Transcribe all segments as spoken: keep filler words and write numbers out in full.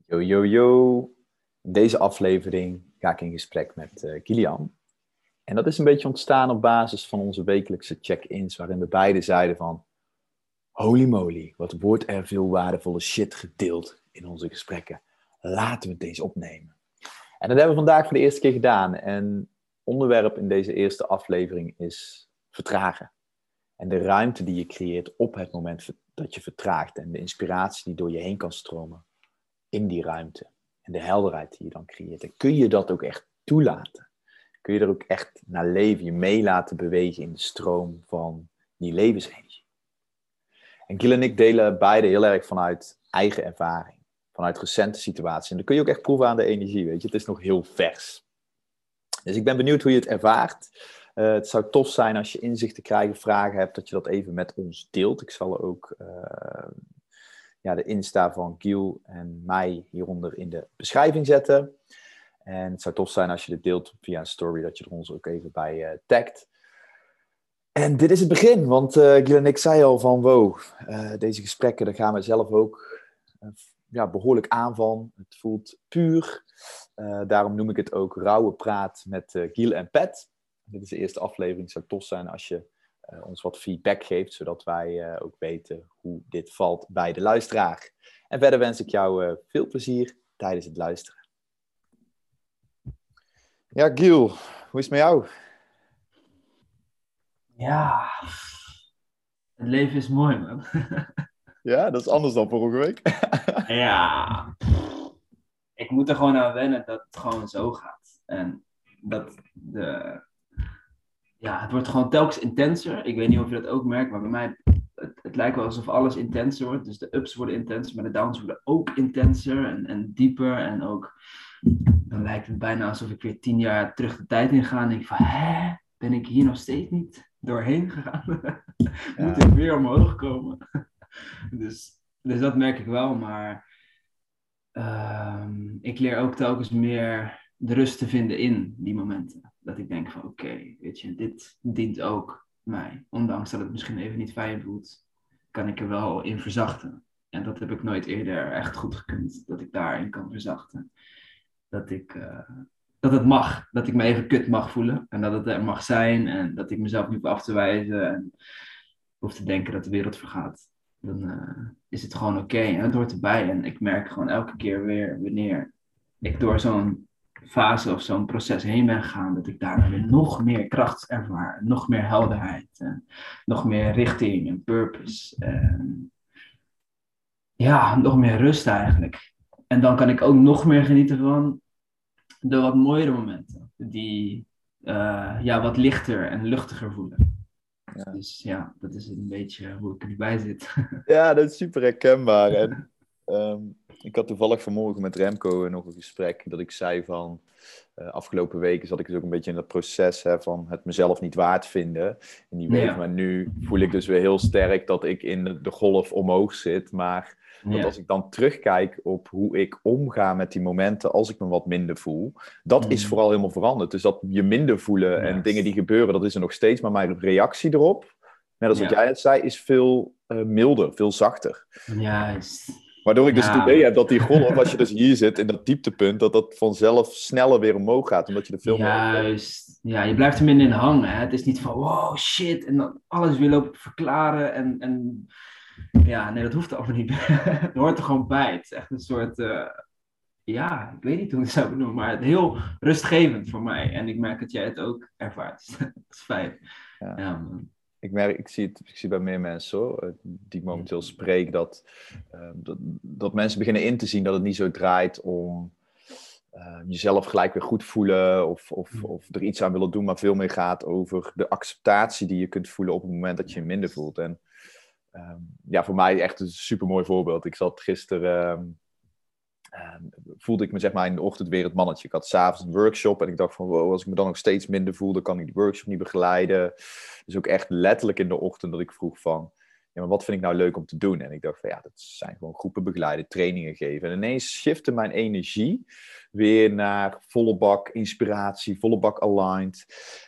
Yo, yo, yo. In deze aflevering ga ik in gesprek met uh, Kilian. En dat is een beetje ontstaan op basis van onze wekelijkse check-ins, waarin we beide zeiden van, holy moly, wat wordt er veel waardevolle shit gedeeld in onze gesprekken. Laten we het eens opnemen. En dat hebben we vandaag voor de eerste keer gedaan. En onderwerp in deze eerste aflevering is vertragen. En de ruimte die je creëert op het moment dat je vertraagt. En de inspiratie die door je heen kan stromen in die ruimte. En de helderheid die je dan creëert. En kun je dat ook echt toelaten? Kun je er ook echt naar leven, je mee laten bewegen in de stroom van die levensenergie? En Gil en ik delen beide heel erg vanuit eigen ervaring. Vanuit recente situaties. En dan kun je ook echt proeven aan de energie, weet je. Het is nog heel vers. Dus ik ben benieuwd hoe je het ervaart. Uh, het zou tof zijn als je inzichten krijgt, vragen hebt, dat je dat even met ons deelt. Ik zal ook uh, ja, de Insta van Gil en mij hieronder in de beschrijving zetten. En het zou tof zijn als je dit deelt via een story, dat je er ons ook even bij uh, tagt. En dit is het begin, want uh, Gil en ik zeiden al van wow, uh, deze gesprekken, daar gaan we zelf ook uh, ja, behoorlijk aan van. Het voelt puur. Uh, daarom noem ik het ook rauwe praat met uh, Gil en Pat. Dit is de eerste aflevering. Het zou tof zijn als je uh, ons wat feedback geeft, zodat wij uh, ook weten hoe dit valt bij de luisteraar. En verder wens ik jou uh, veel plezier tijdens het luisteren. Ja, Gil, hoe is het met jou? Ja, het leven is mooi, man. Ja, dat is anders dan vorige week. Ja, ik moet er gewoon aan wennen dat het gewoon zo gaat. En dat de... Ja, het wordt gewoon telkens intenser. Ik weet niet of je dat ook merkt, maar bij mij... Het, het lijkt wel alsof alles intenser wordt. Dus de ups worden intenser, maar de downs worden ook intenser en, en dieper. En ook... Dan lijkt het bijna alsof ik weer tien jaar terug de tijd in ga. En denk ik van, hè? Ben ik hier nog steeds niet doorheen gegaan? Ja. Moet ik weer omhoog komen? Dus, dus dat merk ik wel, maar um, ik leer ook telkens meer de rust te vinden in die momenten. Dat ik denk van oké, okay, weet je, dit dient ook mij. Ondanks dat het misschien even niet fijn voelt, kan ik er wel in verzachten. En dat heb ik nooit eerder echt goed gekund, dat ik daarin kan verzachten. Dat ik... Uh, dat het mag, dat ik me even kut mag voelen. En dat het er mag zijn. En dat ik mezelf niet hoef af te wijzen. En hoef te denken dat de wereld vergaat. Dan uh, is het gewoon oké. Okay. En het hoort erbij. En ik merk gewoon elke keer weer wanneer ik door zo'n fase of zo'n proces heen ben gegaan. Dat ik daarna weer nog meer kracht ervaar. Nog meer helderheid. En nog meer richting en purpose. En ja, nog meer rust eigenlijk. En dan kan ik ook nog meer genieten van de wat mooiere momenten, die uh, ja, wat lichter en luchtiger voelen. Ja. Dus ja, dat is een beetje hoe ik er nu bij zit. Ja, dat is super herkenbaar. En, um, ik had toevallig vanmorgen met Remco nog een gesprek dat ik zei van... Uh, afgelopen weken zat ik dus ook een beetje in dat proces hè, van het mezelf niet waard vinden in die week. Ja. Maar nu voel ik dus weer heel sterk dat ik in de, de golf omhoog zit. Maar dat ja. als ik dan terugkijk op hoe ik omga met die momenten als ik me wat minder voel, dat mm. is vooral helemaal veranderd. Dus dat je minder voelen yes. en dingen die gebeuren, dat is er nog steeds. Maar mijn reactie erop, net als wat ja. jij het zei, is veel uh, milder, veel zachter. Juist. Waardoor ik dus ja. het idee heb dat die golf, als je dus hier zit in dat dieptepunt, dat dat vanzelf sneller weer omhoog gaat, omdat je de film... Juist. Ja, je blijft er minder in hangen. Hè? Het is niet van, wow, shit, en dan alles weer lopen verklaren en... en... Ja, nee, dat hoeft allemaal niet. Het hoort er gewoon bij. Het is echt een soort... Uh... Ja, ik weet niet hoe ik het zou benoemen, maar het is heel rustgevend voor mij. En ik merk dat jij het ook ervaart. Dat is fijn. Ja. Ja, man. Ik merk, ik zie het ik zie bij meer mensen hoor, die ik momenteel spreek, dat, uh, dat, dat mensen beginnen in te zien dat het niet zo draait om uh, jezelf gelijk weer goed voelen of, of, of er iets aan willen doen, maar veel meer gaat over de acceptatie die je kunt voelen op het moment dat je je minder voelt. En um, ja, voor mij echt een super mooi voorbeeld. Ik zat gisteren... Um, Uh, voelde ik me zeg maar in de ochtend weer het mannetje. Ik had 's avonds een workshop en ik dacht van wow, als ik me dan nog steeds minder voel, dan kan ik die workshop niet begeleiden. Dus ook echt letterlijk in de ochtend dat ik vroeg van, ja, maar wat vind ik nou leuk om te doen? En ik dacht van ja, dat zijn gewoon groepen begeleiden, trainingen geven. En ineens shifte mijn energie weer naar volle bak inspiratie, volle bak aligned.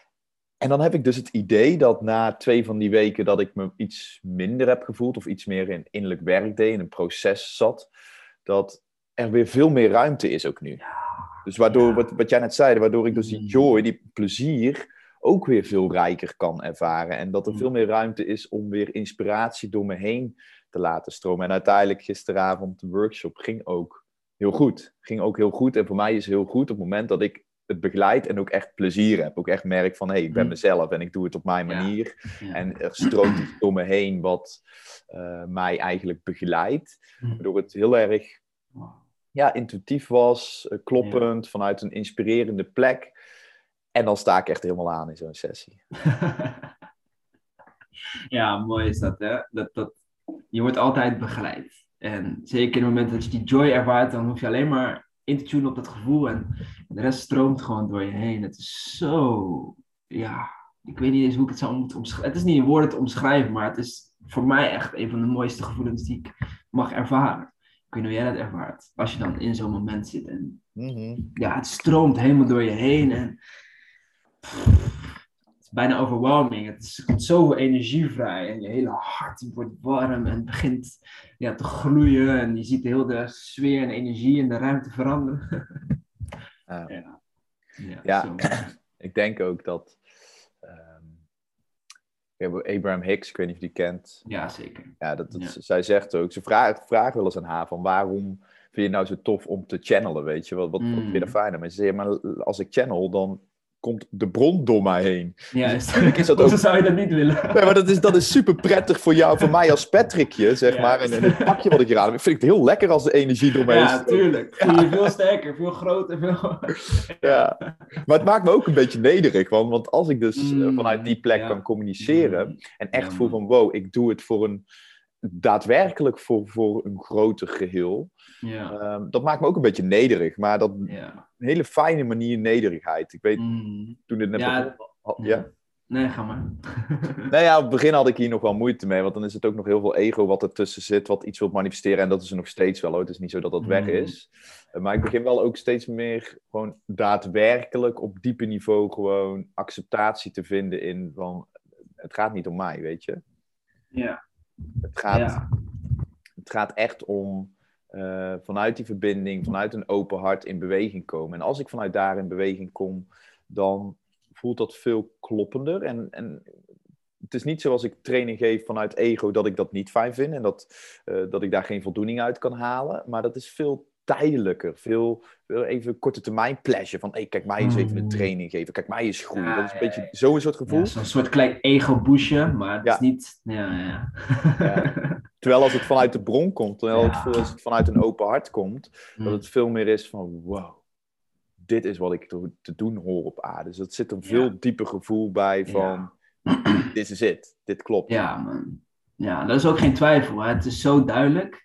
En dan heb ik dus het idee dat na twee van die weken dat ik me iets minder heb gevoeld of iets meer in innerlijk werk deed, in een proces zat, dat er weer veel meer ruimte is ook nu. Dus waardoor, Ja. wat, wat jij net zei, waardoor ik dus die Mm. joy, die plezier, ook weer veel rijker kan ervaren. En dat er Mm. veel meer ruimte is om weer inspiratie door me heen te laten stromen. En uiteindelijk gisteravond de workshop ging ook heel goed. Ging ook heel goed. En voor mij is het heel goed op het moment dat ik het begeleid en ook echt plezier heb. Ook echt merk van, hé, hey, ik ben Mm. mezelf en ik doe het op mijn Ja. manier. Ja. En er stroomt iets door me heen wat uh, mij eigenlijk begeleidt. Mm. Waardoor het heel erg ja, intuïtief was, uh, kloppend, ja. Vanuit een inspirerende plek. En dan sta ik echt helemaal aan in zo'n sessie. Ja, mooi is dat, hè? Dat, dat, je wordt altijd begeleid. En zeker in het moment dat je die joy ervaart, dan hoef je alleen maar in te tunen op dat gevoel. En de rest stroomt gewoon door je heen. Het is zo... Ja, ik weet niet eens hoe ik het zou moeten omschrijven. Het is niet in woorden te omschrijven, maar het is voor mij echt een van de mooiste gevoelens die ik mag ervaren. Ik weet niet hoe jij dat ervaart. Als je dan in zo'n moment zit. En mm-hmm. ja, het stroomt helemaal door je heen. En het is bijna overwhelming. Het is, er komt zoveel energie vrij. En je hele hart wordt warm en begint ja, te gloeien. En je ziet heel de sfeer en energie in de ruimte veranderen. uh, ja, ja, ja ik denk ook dat... Um, Abraham Hicks, ik weet niet of je die kent. Ja, zeker. Ja, dat, dat, ja. Zij zegt ook, ze vraagt, vraagt wel eens aan haar van waarom vind je het nou zo tof om te channelen, weet je? Wat, wat, mm. wat vind je er fijn aan? Maar ze zegt, maar als ik channel, dan komt de bron door mij heen. Ja, dus natuurlijk is dat ook... zou je dat niet willen. Nee, maar dat is, dat is super prettig voor jou, voor mij als Patrickje, zeg ja. maar. En, en het pakje wat ik hier aan heb, vind ik het heel lekker als de energie door mij heen Ja, tuurlijk. Voel je veel sterker, veel groter, veel... ja. Maar het maakt me ook een beetje nederig, want, want als ik dus mm, uh, vanuit die plek ja. kan communiceren mm. en echt ja, voel van wow, ik doe het voor een daadwerkelijk voor, voor een groter geheel. Ja. Um, dat maakt me ook een beetje nederig, maar dat ja. een hele fijne manier nederigheid. Ik weet, mm. toen dit net ja, begon... Had, ja. ja? Nee, ga maar. Nou ja, op het begin had ik hier nog wel moeite mee, want dan is het ook nog heel veel ego wat ertussen zit, wat iets wil manifesteren. En dat is er nog steeds wel, hoor. Het is niet zo dat dat mm. weg is. Uh, maar ik begin wel ook steeds meer gewoon daadwerkelijk op diepe niveau gewoon acceptatie te vinden in van, het gaat niet om mij, weet je. Ja. Het gaat, ja. het gaat echt om uh, vanuit die verbinding, vanuit een open hart in beweging komen. En als ik vanuit daar in beweging kom, dan voelt dat veel kloppender. En, en het is niet zoals ik training geef vanuit ego dat ik dat niet fijn vind en dat, uh, dat ik daar geen voldoening uit kan halen. Maar dat is veel tijdelijker, veel, veel even korte termijn pleasure. Van, hey, kijk mij eens even een training geven. Kijk mij eens groeien. Ja, dat is een ja, beetje ja. zo'n soort gevoel. Ja, zo'n soort klein ego-boosje, maar het ja. is niet... Ja, ja. ja. Terwijl als het vanuit de bron komt, terwijl ja. het, als het vanuit een open hart komt, mm. dat het veel meer is van, wow, dit is wat ik te, te doen hoor op aarde. Dus er zit een veel ja. dieper gevoel bij van, ja. dit is het, dit klopt. Ja, man. Ja, dat is ook geen twijfel. Hè. Het is zo duidelijk.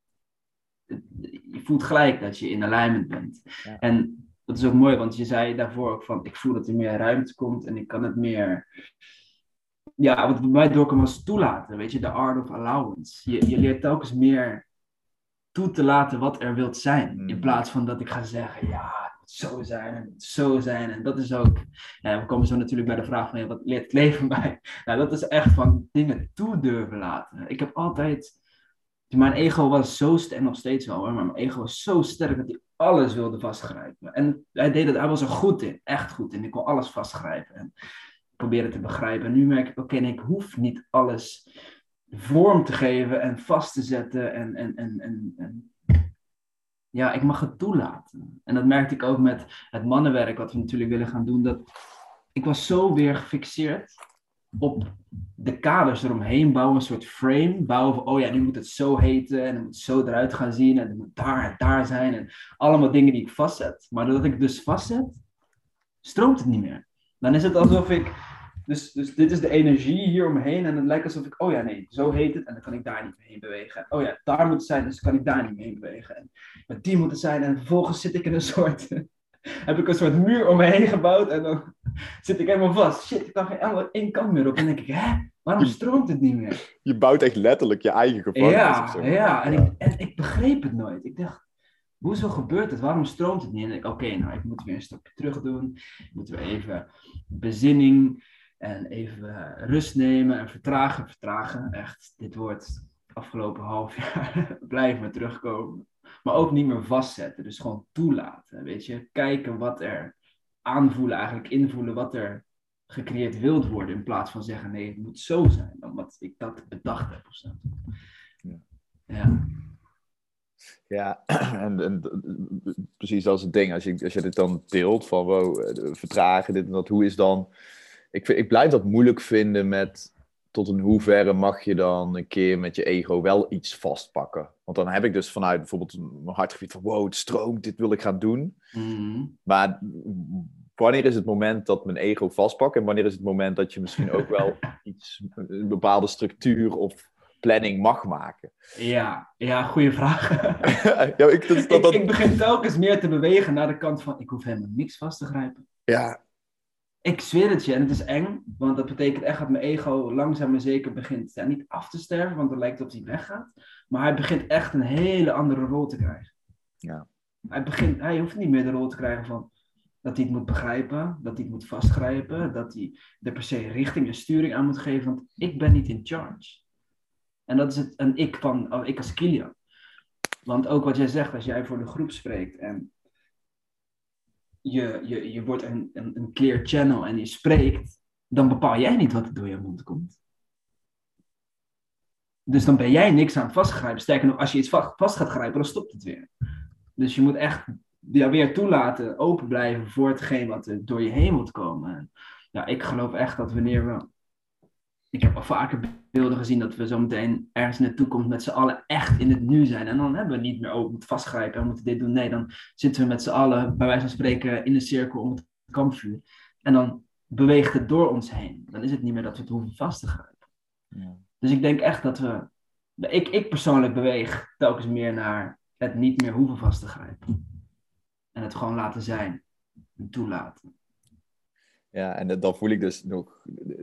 Je voelt gelijk dat je in alignment bent. Ja. En dat is ook mooi, want je zei daarvoor ook van, ik voel dat er meer ruimte komt en ik kan het meer... Ja, wat bij mij doorkomt was toelaten, weet je, de art of allowance. Je, je leert telkens meer toe te laten wat er wilt zijn. Mm. In plaats van dat ik ga zeggen, ja, het moet zo zijn en het moet zo zijn. En dat is ook, ja, we komen zo natuurlijk bij de vraag van, ja, wat leert het leven bij? Nou, dat is echt van dingen toe durven laten. Ik heb altijd, mijn ego was zo sterk, en nog steeds wel hoor, maar mijn ego was zo sterk dat hij alles wilde vastgrijpen. En hij deed het, hij was er goed in, echt goed in. Ik kon alles vastgrijpen en proberen te begrijpen. En nu merk ik, oké, okay, ik hoef niet alles vorm te geven en vast te zetten. En, en, en, en, en ja, ik mag het toelaten. En dat merkte ik ook met het mannenwerk, wat we natuurlijk willen gaan doen. Dat ik was zo weer gefixeerd op de kaders eromheen bouwen, een soort frame. Bouwen van, oh ja, nu moet het zo heten en het moet zo eruit gaan zien. En het moet daar en daar zijn. En allemaal dingen die ik vastzet. Maar doordat ik het dus vastzet, stroomt het niet meer. Dan is het alsof ik... Dus, dus dit is de energie hier omheen. En het lijkt alsof ik... Oh ja, nee, zo heet het. En dan kan ik daar niet meer heen bewegen. Oh ja, daar moet het zijn. Dus kan ik daar niet meer heen bewegen. En met die moet het zijn. En vervolgens zit ik in een soort... heb ik een soort muur om me heen gebouwd. En dan zit ik helemaal vast. Shit, ik kan geen één kant meer op. En dan denk ik, hè? Waarom stroomt het niet meer? Je bouwt echt letterlijk je eigen gevangenis. Ja, of zo. ja. En, ik, en ik begreep het nooit. Ik dacht... Hoezo gebeurt het? Waarom stroomt het niet? En ik, oké, okay, nou, ik moet weer een stapje terug doen. Ik moet weer even bezinning en even rust nemen en vertragen, vertragen. Echt, dit wordt afgelopen half jaar blijft maar terugkomen. Maar ook niet meer vastzetten. Dus gewoon toelaten. Weet je, kijken wat er aanvoelen, eigenlijk invoelen wat er gecreëerd wilt worden. In plaats van zeggen, nee, het moet zo zijn. Omdat ik dat bedacht heb of zo. Ja. Ja. Ja, en, en precies als het ding, als je, als je dit dan deelt van wow, vertragen, dit en dat, hoe is dan... Ik, vind, ik blijf dat moeilijk vinden met tot in hoeverre mag je dan een keer met je ego wel iets vastpakken. Want dan heb ik dus vanuit bijvoorbeeld mijn hartgebied van wow, het stroomt, dit wil ik gaan doen. Mm. Maar wanneer is het moment dat mijn ego vastpakt en wanneer is het moment dat je misschien ook wel iets, een bepaalde structuur of planning mag maken? Ja, ja, goede vraag. ja, ik, dat, dat, dat... Ik, ik begin telkens meer te bewegen naar de kant van, ik hoef helemaal niks vast te grijpen. Ja. Ik zweer het je, en het is eng, want dat betekent echt dat mijn ego langzaam maar zeker begint, ja, niet af te sterven, want het lijkt op hij weggaat, maar hij begint echt een hele andere rol te krijgen. Ja. Hij, begint, hij hoeft niet meer de rol te krijgen van dat hij het moet begrijpen, dat hij het moet vastgrijpen, dat hij er per se richting en sturing aan moet geven, want ik ben niet in charge. En dat is het, een ik van, oh, ik als Kilian. Want ook wat jij zegt, als jij voor de groep spreekt en je, je, je wordt een, een, een clear channel en je spreekt, dan bepaal jij niet wat er door je mond komt. Dus dan ben jij niks aan het vastgrijpen. Sterker nog, als je iets vast gaat grijpen, dan stopt het weer. Dus je moet echt ja, weer toelaten, open blijven voor hetgeen wat er door je heen moet komen. En ja, ik geloof echt dat wanneer we... Ik heb al vaker beelden gezien dat we zo meteen ergens in de toekomst met z'n allen echt in het nu zijn. En dan hebben we niet meer, oh, we moeten vastgrijpen en we moeten dit doen. Nee, dan zitten we met z'n allen, bij wijze van spreken, in een cirkel om het kampvuur. En dan beweegt het door ons heen. Dan is het niet meer dat we het hoeven vast te grijpen. Ja. Dus ik denk echt dat we... Ik, ik persoonlijk beweeg telkens meer naar het niet meer hoeven vast te grijpen. En het gewoon laten zijn. En toelaten. Ja, en dan voel ik dus nog...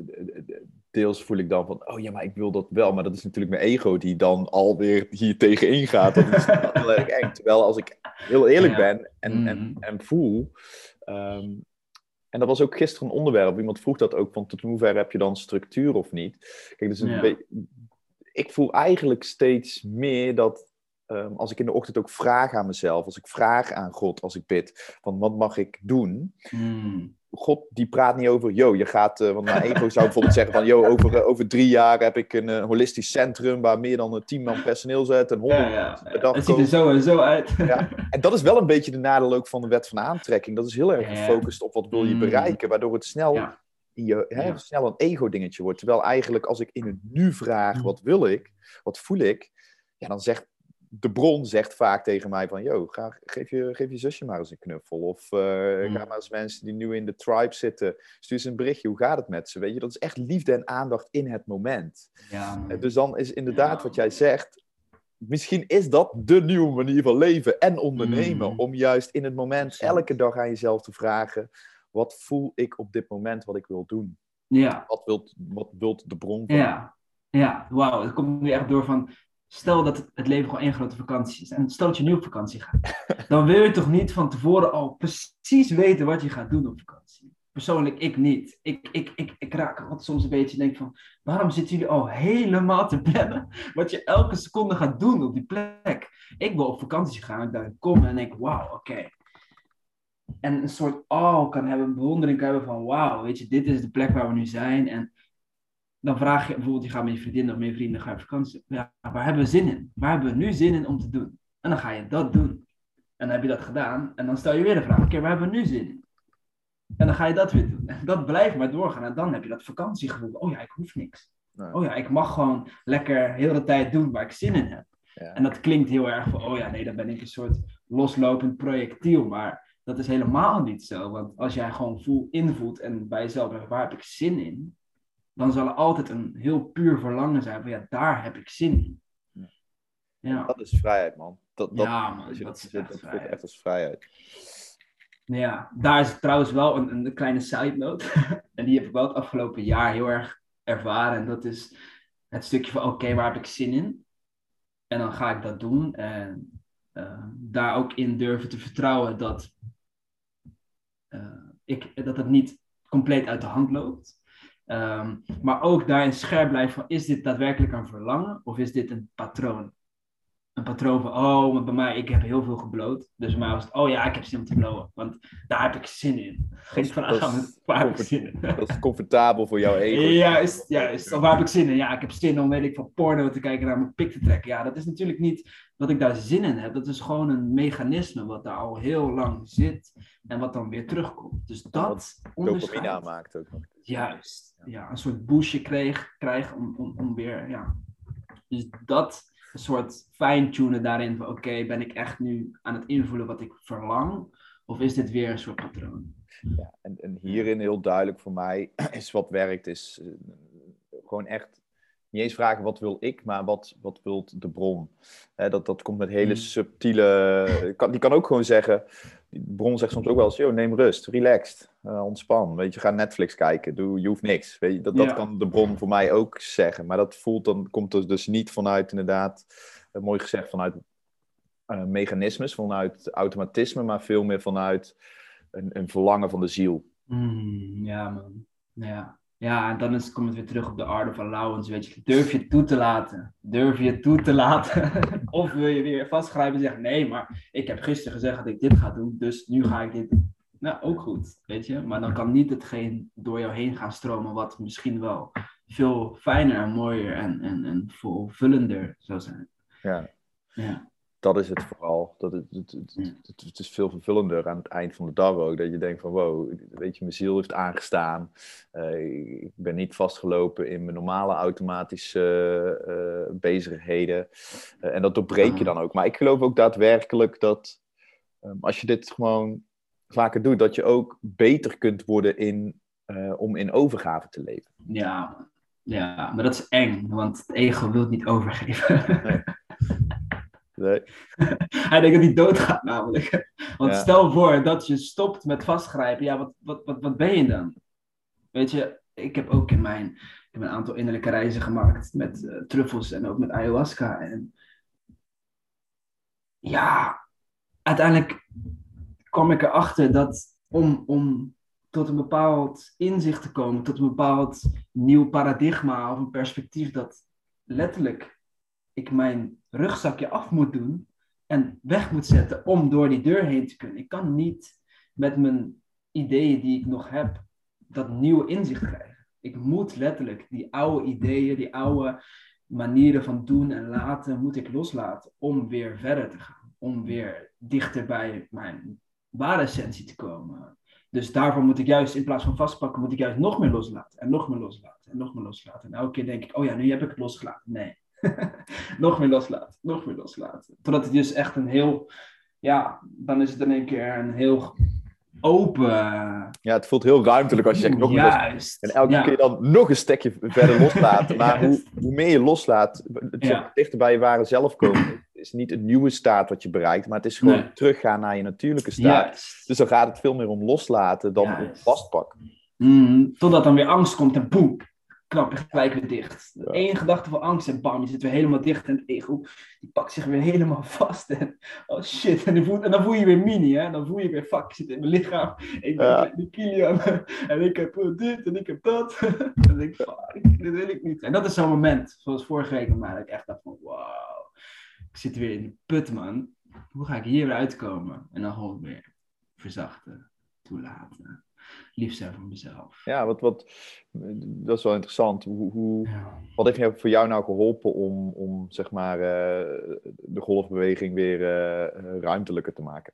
Deels voel ik dan van, oh ja, maar ik wil dat wel. Maar dat is natuurlijk mijn ego die dan alweer hier tegenin gaat. Dat is heel erg eng. Terwijl als ik heel eerlijk Ja. ben en, Mm. en, en voel... Um, en dat was ook gisteren een onderwerp. Iemand vroeg dat ook, van tot hoever heb je dan structuur of niet? Kijk, dus een Ja. be- ik voel eigenlijk steeds meer dat... Um, als ik in de ochtend ook vraag aan mezelf, als ik vraag aan God, als ik bid, van wat mag ik doen? Mm. God die praat niet over, yo, je gaat, uh, want mijn ego zou bijvoorbeeld zeggen van, yo, over, uh, over drie jaar heb ik een uh, holistisch centrum waar meer dan tien man personeel zit en honderd Ja, ja, mensen per ja. dag Het ziet er zo en zo uit. Ja. En dat is wel een beetje de nadeel ook van de wet van aantrekking. Dat is heel erg Ja, ja. gefocust op wat wil je Mm. bereiken, waardoor het snel, Ja. in je, hè, Ja. snel een ego-dingetje wordt. Terwijl eigenlijk als ik in het nu vraag, wat wil ik, wat voel ik, ja, dan zegt de bron zegt vaak tegen mij van, yo, ga, geef, je, geef je zusje maar eens een knuffel. Of uh, mm. ga maar eens mensen die nu in de tribe zitten, stuur eens een berichtje, hoe gaat het met ze? Weet je, dat is echt liefde en aandacht in het moment. Ja, uh, dus dan is inderdaad ja. wat jij zegt, misschien is dat de nieuwe manier van leven en ondernemen. Mm. Om juist in het moment Absoluut. elke dag aan jezelf te vragen, wat voel ik op dit moment wat ik wil doen? Ja. Wat wilt, wat wilt de bron van? Ja, ja. Wauw. Het komt nu echt door van... Stel dat het leven gewoon één grote vakantie is. En stel dat je nu op vakantie gaat. Dan wil je toch niet van tevoren al precies weten wat je gaat doen op vakantie. Persoonlijk, ik niet. Ik, ik, ik, ik raak altijd soms een beetje denk van... Waarom zitten jullie al helemaal te plannen wat je elke seconde gaat doen op die plek? Ik wil op vakantie gaan en daar kom en denk, wauw, oké. Okay. En een soort awe kan hebben, een bewondering kan hebben van... Wauw, weet je, dit is de plek waar we nu zijn. En dan vraag je bijvoorbeeld, je gaat met je vriendin of met je vrienden ga je op vakantie. Ja, waar hebben we zin in? Waar hebben we nu zin in om te doen? En dan ga je dat doen. En dan heb je dat gedaan. En dan stel je weer de vraag, oké, okay, waar hebben we nu zin in? En dan ga je dat weer doen. En dat blijft maar doorgaan. En dan heb je dat vakantiegevoel. Oh ja, ik hoef niks. Nee. Oh ja, ik mag gewoon lekker heel de tijd doen waar ik zin in heb. Ja. En dat klinkt heel erg van, oh ja, nee, dan ben ik een soort loslopend projectiel. Maar dat is helemaal niet zo. Want als jij gewoon voel, invoelt en bij jezelf zegt, waar heb ik zin in? Dan zal er altijd een heel puur verlangen zijn van, ja, daar heb ik zin in. Ja. Dat is vrijheid, man. Dat, dat, ja, man, dat, dat, is dat, dat dat voelt echt als vrijheid. Ja, daar is trouwens wel een, een kleine side note. En die heb ik wel het afgelopen jaar heel erg ervaren. En dat is het stukje van, oké, okay, waar heb ik zin in? En dan ga ik dat doen. En uh, daar ook in durven te vertrouwen dat, uh, ik, dat het niet compleet uit de hand loopt. Um, maar ook daarin scherp blijven van, is dit daadwerkelijk een verlangen of is dit een patroon? Een patroon van, oh, maar bij mij, ik heb heel veel gebloot. Dus bij mij was het, oh ja, ik heb zin om te blowen. Want daar heb ik zin in. Ging van, ah, waar heb ik zin in? Dat is comfortabel voor jouw ego. Juist, juist. Of waar heb ik zin in? Ja, ik heb zin om, weet ik, van porno te kijken, naar mijn pik te trekken. Ja, dat is natuurlijk niet dat ik daar zin in heb. Dat is gewoon een mechanisme wat daar al heel lang zit. En wat dan weer terugkomt. Dus dat onderscheid. Dopamine aanmaakt ook nog. Juist. Ja, een soort boostje kreeg, krijg om, om, om weer, ja. Dus dat... een soort fine-tunen daarin van, oké, okay, ben ik echt nu aan het invullen wat ik verlang? Of is dit weer een soort patroon? Ja, en, en hierin heel duidelijk voor mij is wat werkt, is uh, gewoon echt niet eens vragen wat wil ik, maar wat, wat wil de bron? Hè, dat, dat komt met hele mm. subtiele... Kan, die kan ook gewoon zeggen... De bron zegt soms ook wel eens, joh, neem rust, relaxed, uh, ontspan. Weet je, ga Netflix kijken, doe, je hoeft niks. Weet je, dat, dat ja. kan de bron voor mij ook zeggen. Maar dat voelt dan, komt er dus niet vanuit, inderdaad, uh, mooi gezegd, vanuit uh, mechanismes, vanuit automatisme, maar veel meer vanuit een, een verlangen van de ziel. Mm, ja, man. Ja. Ja, en dan is, komt het weer terug op de art of allowance, weet je. Durf je het toe te laten? Durf je het toe te laten? Of wil je weer vastgrijpen en zeggen, nee, maar ik heb gisteren gezegd dat ik dit ga doen, dus nu ga ik dit doen. Nou, ook goed, weet je. Maar dan kan niet hetgeen door jou heen gaan stromen, wat misschien wel veel fijner en mooier en, en, en volvullender zou zijn. Ja. Ja. Dat is het vooral. Dat het, het, het, het, het is veel vervullender aan het eind van de dag ook. Dat je denkt van wow, weet je, mijn ziel heeft aangestaan. Uh, ik ben niet vastgelopen in mijn normale automatische uh, bezigheden. Uh, en dat doorbreek je dan ook. Maar ik geloof ook daadwerkelijk dat um, als je dit gewoon vaker doet, dat je ook beter kunt worden in, uh, om in overgave te leven. Ja, ja, maar dat is eng. Want het ego wil niet overgeven. Nee. Nee. Hij denkt dat hij doodgaat namelijk. Want Ja. Stel voor dat je stopt met vastgrijpen. Ja, wat, wat, wat, wat ben je dan? Weet je, ik heb ook in mijn... Ik heb een aantal innerlijke reizen gemaakt met uh, truffels en ook met ayahuasca. En ja, uiteindelijk kwam ik erachter dat om, om tot een bepaald inzicht te komen, tot een bepaald nieuw paradigma of een perspectief dat letterlijk ik mijn rugzakje af moet doen en weg moet zetten om door die deur heen te kunnen. Ik kan niet met mijn ideeën die ik nog heb, dat nieuwe inzicht krijgen. Ik moet letterlijk die oude ideeën, die oude manieren van doen en laten, moet ik loslaten om weer verder te gaan. Om weer dichter bij mijn ware essentie te komen. Dus daarvoor moet ik juist, in plaats van vastpakken, moet ik juist nog meer loslaten. En nog meer loslaten. En nog meer loslaten. En elke keer denk ik, oh ja, nu heb ik het losgelaten. Nee. nog meer loslaten, nog meer loslaten. Totdat het dus echt een heel, ja, dan is het in één keer een heel open... Ja, het voelt heel ruimtelijk als je zegt nog meer Juist. En elke ja. keer dan nog een stekje verder loslaten. Maar hoe, hoe meer je loslaat, het Ja. dichter bij je ware zelf komen. Het is niet een nieuwe staat wat je bereikt, maar het is gewoon Nee. teruggaan naar je natuurlijke staat. Juist. Dus dan gaat het veel meer om loslaten dan Juist. om vastpakken. Mm, totdat dan weer angst komt en boem, knap je gelijk weer dicht. Ja. Eén gedachte van angst en bam, je zit weer helemaal dicht en het ego, die pakt zich weer helemaal vast en oh shit, en, dan voel, en dan voel je weer mini, hè, dan voel je weer fuck, ik zit in mijn lichaam, ik ben Ja. die Kilian en ik heb dit en ik heb dat en dan denk ik, fuck, dit wil ik niet. En dat is zo'n moment, zoals vorige week, maar dat ik echt dacht van wow, ik zit weer in de put man, hoe ga ik hier weer uitkomen? En dan gewoon weer verzachten, toelaten. Lief zijn voor mezelf. Ja, wat, wat, dat is wel interessant. Hoe, hoe, Ja. wat heeft voor jou nou geholpen om, om zeg maar, uh, de golfbeweging weer uh, ruimtelijker te maken?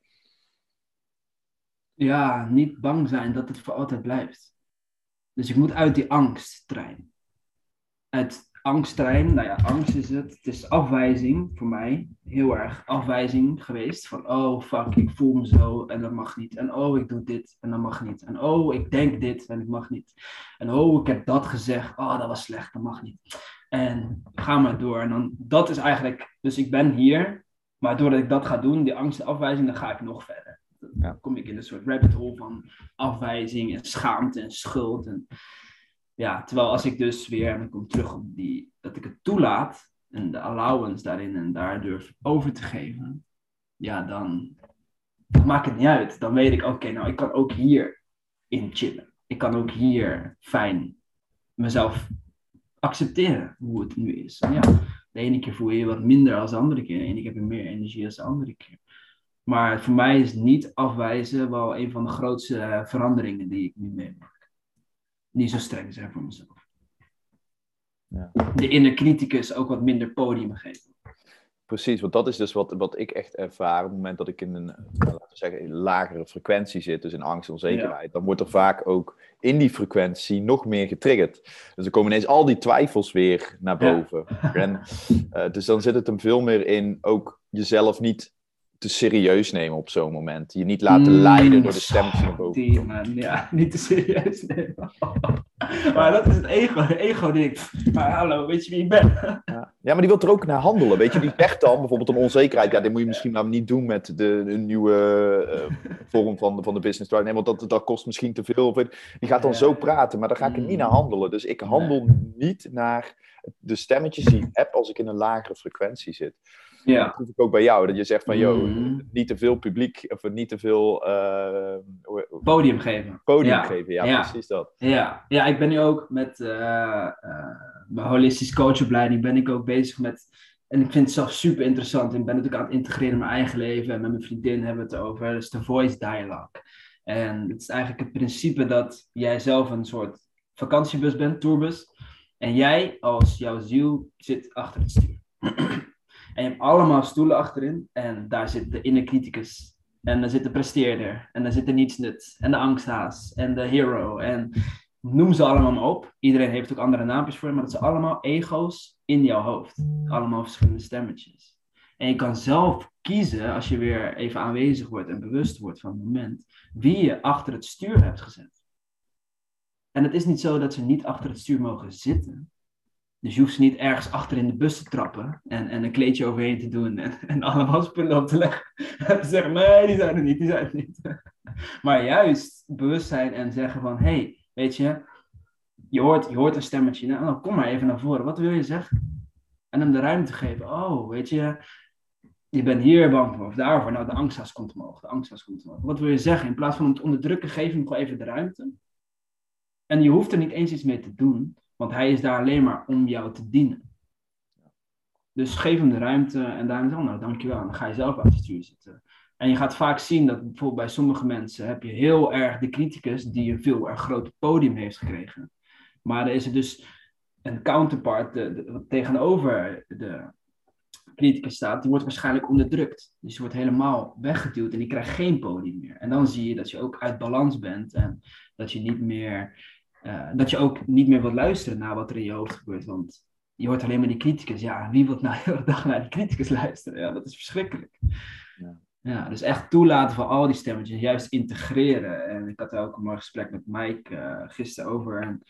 Ja, niet bang zijn dat het voor altijd blijft. Dus ik moet uit die angsttrein. Uit angsttrein, nou ja, angst is het. Het is afwijzing voor mij. Heel erg afwijzing geweest. Van oh fuck, ik voel me zo en dat mag niet. En oh, ik doe dit en dat mag niet. En oh, ik denk dit en ik mag niet. En oh, ik heb dat gezegd. Oh, dat was slecht, dat mag niet. En ga maar door. En dan, dat is eigenlijk, dus ik ben hier. Maar doordat ik dat ga doen, die angst en afwijzing, dan ga ik nog verder. Dan Ja. kom ik in een soort rabbit hole van afwijzing en schaamte en schuld. En ja, terwijl als ik dus weer, en dan kom ik terug op die, dat ik het toelaat en de allowance daarin en daar durf over te geven, ja, dan, dan maakt het niet uit. Dan weet ik, oké, okay, nou, ik kan ook hier in chillen. Ik kan ook hier fijn mezelf accepteren hoe het nu is. En ja, de ene keer voel je je wat minder als de andere keer. De ene keer heb je meer energie als de andere keer. Maar voor mij is niet afwijzen wel een van de grootste uh, veranderingen die ik nu meemaak. Niet zo streng zijn voor mezelf. Ja. De inner criticus ook wat minder podium geven. Precies, want dat is dus wat, wat ik echt ervaar op het moment dat ik in een, laten we zeggen, een lagere frequentie zit, dus in angst en onzekerheid, ja. Dan wordt er vaak ook in die frequentie nog meer getriggerd. Dus er komen ineens al die twijfels weer naar boven. Ja. En, uh, dus dan zit het hem veel meer in ook jezelf niet te serieus nemen op zo'n moment. Je niet laten leiden door de stemmetjes naar boven. Die, man, ja, niet te serieus nemen. Maar dat is het ego. De ego denkt, maar hallo, weet je wie ik ben? Ja. Ja, maar die wil er ook naar handelen. Weet je, die zegt dan bijvoorbeeld een onzekerheid. Ja, dit moet je misschien maar niet doen met de, de nieuwe uh, vorm van de, van de business drive. Nee, want dat, dat kost misschien te veel. Die gaat dan ja. zo praten, maar daar ga ik er niet naar handelen. Dus ik handel nee. niet naar de stemmetjes die ik heb als ik in een lagere frequentie zit. Ja. Dat proef ik ook bij jou, dat je zegt van, joh, mm. niet te veel publiek, of niet te veel... Uh, podium geven. Podium ja. geven, ja, ja, precies dat. Ja. ja, ik ben nu ook met uh, uh, mijn holistisch coachopleiding ben ik ook bezig met... En ik vind het zelf super interessant. Ik ben natuurlijk aan het integreren in mijn eigen leven. En met mijn vriendin hebben we het over. Dat is de voice dialogue. En het is eigenlijk het principe dat jij zelf een soort vakantiebus bent, tourbus. En jij als jouw ziel zit achter het stuur. En je hebt allemaal stoelen achterin. En daar zit de inner criticus. En daar zit de presteerder. En daar zit de nietsnut. En de angsthaas. En de hero. En noem ze allemaal maar op. Iedereen heeft ook andere naampjes voor. Maar dat zijn allemaal ego's in jouw hoofd. Allemaal verschillende stemmetjes. En je kan zelf kiezen, als je weer even aanwezig wordt en bewust wordt van het moment, wie je achter het stuur hebt gezet. En het is niet zo dat ze niet achter het stuur mogen zitten. Dus je hoeft ze niet ergens achter in de bus te trappen en, en een kleedje overheen te doen en, en allemaal spullen op te leggen. En te zeggen, nee, die zijn er niet, die zijn er niet. Maar juist bewust zijn en zeggen van, hé, hey, weet je, je hoort, je hoort een stemmetje, nou, nou, kom maar even naar voren, wat wil je zeggen? En hem de ruimte geven, oh, weet je, je bent hier bang voor of daarvoor, nou, de angsthaas komt omhoog, de angsthaas komt omhoog. Wat wil je zeggen? In plaats van hem te onderdrukken, geef hem gewoon even de ruimte. En je hoeft er niet eens iets mee te doen. Want hij is daar alleen maar om jou te dienen. Dus geef hem de ruimte en daarom zeg nou dankjewel. En dan ga je zelf aan het stuur zitten. En je gaat vaak zien dat bijvoorbeeld bij sommige mensen heb je heel erg de criticus die een veel erg groot podium heeft gekregen. Maar er is er dus een counterpart de, de, wat tegenover de criticus staat. Die wordt waarschijnlijk onderdrukt. Dus die wordt helemaal weggeduwd en die krijgt geen podium meer. En dan zie je dat je ook uit balans bent en dat je niet meer... Uh, dat je ook niet meer wilt luisteren naar wat er in je hoofd gebeurt. Want je hoort alleen maar die criticus. Ja, wie wil nou de hele dag naar die criticus luisteren? Ja, dat is verschrikkelijk. Ja. Ja, dus echt toelaten van al die stemmetjes. Juist integreren. En ik had ook een mooi gesprek met Mike uh, gisteren over. En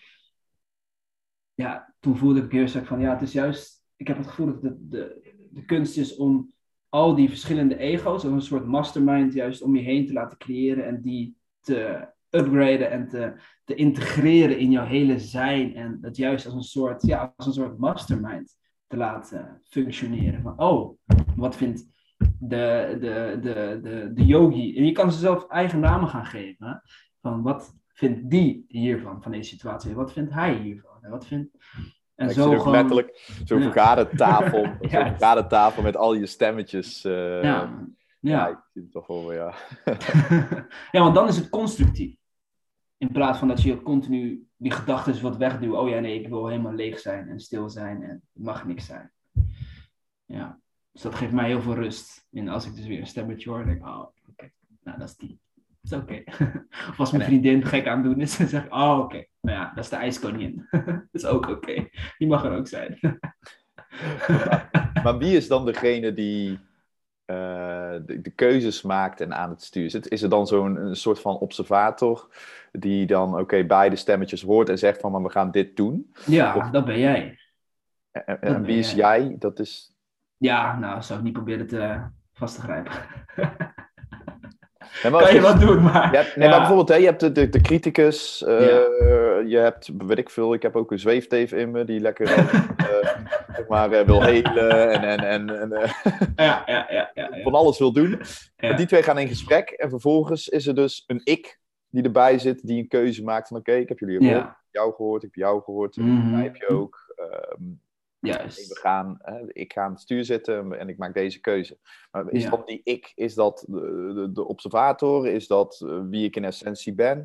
ja, toen voelde ik heel sterk van... Ja, het is juist... Ik heb het gevoel dat de, de, de kunst is om al die verschillende ego's... Of een soort mastermind juist om je heen te laten creëren. En die te... upgraden en te, te integreren in jouw hele zijn en dat juist als een soort, ja, als een soort mastermind te laten functioneren. Van, oh, wat vindt de, de, de, de, de yogi? En je kan ze zelf eigen namen gaan geven. Hè? Van wat vindt die hiervan, van deze situatie? Wat vindt hij hiervan? En wat vindt... En ik zo zie ook gewoon... letterlijk zo'n ja. vergadertafel, ja. zo'n vergadertafel met al je stemmetjes. Uh, ja. Ja. Ja. ja, ik zie het toch wel, ja. Ja, want dan is het constructief. In plaats van dat je continu die gedachten wat wegduwt. Oh ja, nee, ik wil helemaal leeg zijn en stil zijn en het mag niks zijn. Ja, dus dat geeft mij heel veel rust. En als ik dus weer een stemmetje hoor, denk ik, oh, oké, okay. Nou, dat is die. Dat is oké. Okay. Of als mijn vriendin gek aan doen is, dan zeg ik, oh, oké. Okay. Nou ja, dat is de ijskoningin. Dat is ook oké. Okay. Die mag er ook zijn. maar, maar wie is dan degene die... Uh, de, de keuzes maakt en aan het stuur zit? Is er dan zo'n een soort van observator die dan oké okay, beide stemmetjes hoort en zegt van maar we gaan dit doen? Ja, of, dat ben jij. En, en, en wie is jij. jij? Dat is... Ja, nou, zou ik niet proberen te vast te grijpen. Nee, kan je dus, wat doen, maar... Je hebt, nee, ja. maar bijvoorbeeld, hè, je hebt de, de, de criticus, uh, ja. je hebt, weet ik veel, ik heb ook een zweefteef in me, die lekker uh, maar, uh, wil helen en, en, en, en uh, ja, ja, ja, ja, ja. van alles wil doen. Ja. En die twee gaan in gesprek en vervolgens is er dus een ik die erbij zit, die een keuze maakt van oké, okay, ik heb jullie gehoord. Ja. jou gehoord, ik heb jou gehoord, Mhm. jij heb je ook. Um, we Juist. gaan, hè, ik ga aan het stuur zitten en ik maak deze keuze. Maar is Ja. dat die ik? Is dat de, de, de observator? Is dat uh, wie ik in essentie ben?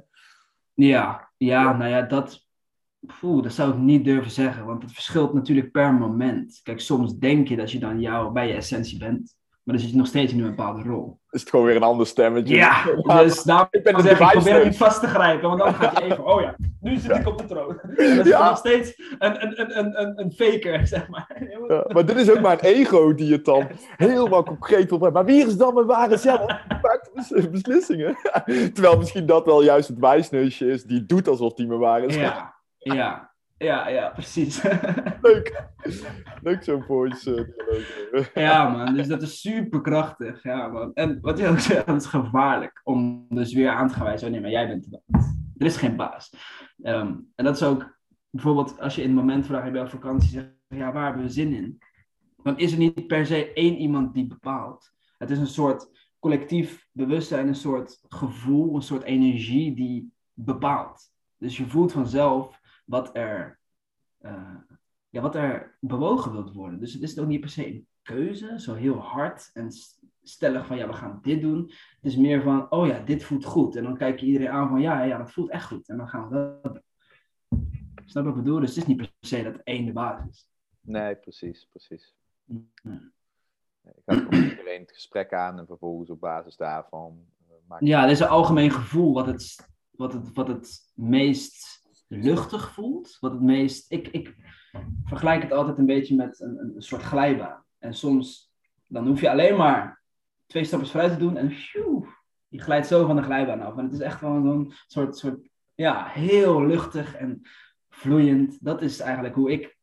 Ja, ja, nou ja, dat, poeh, dat zou ik niet durven zeggen, want het verschilt natuurlijk per moment. Kijk, soms denk je dat je dan jou bij je essentie bent, maar dan zit je nog steeds in een bepaalde rol. Is het gewoon weer een ander stemmetje? Ja, dus daarom Ik ben de zeg ik, probeer het niet device-neus. vast te grijpen, want dan gaat je even, oh ja, nu zit ik op de troon. En dan zit er Ja. nog steeds een, een, een, een, een faker, zeg maar. Ja, maar dit is ook mijn ego die het dan helemaal concreet wil brengen. Maar wie is dan mijn ware zelf? Die maakt bes- beslissingen. Terwijl misschien dat wel juist het wijsneusje is die doet alsof die mijn ware zelf. Ja, ja, ja, ja, precies. Leuk. Leuk zo'n voice uh, dialoog. Ja, man, dus dat is super krachtig. Ja, man. En wat je ook zegt, dat is gevaarlijk om dus weer aan te gaan wijzen: oh nee, maar jij bent de baas. Er is geen baas. Um, en dat is ook bijvoorbeeld als je in het moment vraagt, je bent op vakantie, zegt: ja, waar hebben we zin in? Dan is er niet per se één iemand die bepaalt. Het is een soort collectief bewustzijn, een soort gevoel, een soort energie die bepaalt. Dus je voelt vanzelf wat er. Uh, Ja, wat er bewogen wilt worden. Dus het is ook niet per se een keuze, zo heel hard en stellig van ja, we gaan dit doen. Het is meer van, oh ja, dit voelt goed. En dan kijk je iedereen aan van ja, ja, dat voelt echt goed. En dan gaan we dat doen. Snap je wat ik bedoel? Dus het is niet per se dat één de basis is. Nee, precies, precies. Nee. Nee, ik ga gewoon iedereen het gesprek aan en vervolgens op basis daarvan... Uh, maak ja, er is een algemeen gevoel wat het, wat het, wat het meest luchtig voelt. Wat het meest... Ik, ik vergelijk het altijd een beetje met een, een soort glijbaan. En soms, dan hoef je alleen maar twee stapjes vooruit te doen en phew, je glijdt zo van de glijbaan af. En het is echt gewoon zo'n soort, soort, ja, heel luchtig en vloeiend. Dat is eigenlijk hoe ik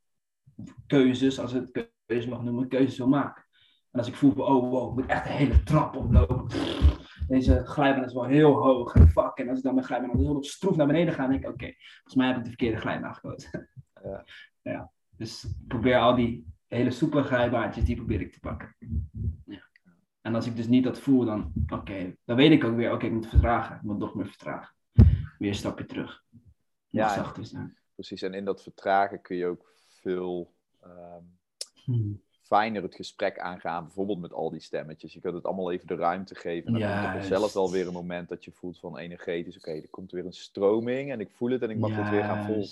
keuzes, als ik het keuzes mag noemen, keuzes wil maken. En als ik voel van, oh wow, ik moet echt de hele trap oplopen. Deze glijbaan is wel heel hoog en fuck. En als ik dan mijn glijbaan heel stroef naar beneden ga, dan denk ik, oké, okay, volgens mij heb ik de verkeerde glijbaan gekozen. Ja. Ja. Dus ik probeer al die hele soepele glijbaantjes, die probeer ik te pakken. Ja. En als ik dus niet dat voel, dan, oké, okay, dan weet ik ook weer, oké, okay, ik moet vertragen. Ik moet nog meer vertragen. Weer een stapje terug. Nog Ja, zachter zijn. Precies, en in dat vertragen kun je ook veel um, hmm. fijner het gesprek aangaan. Bijvoorbeeld met al die stemmetjes. Je kunt het allemaal even de ruimte geven. En dan Juist. komt er zelf wel weer een moment dat je voelt van energetisch. Oké, okay, er komt weer een stroming en ik voel het en ik mag Juist. het weer gaan volgen.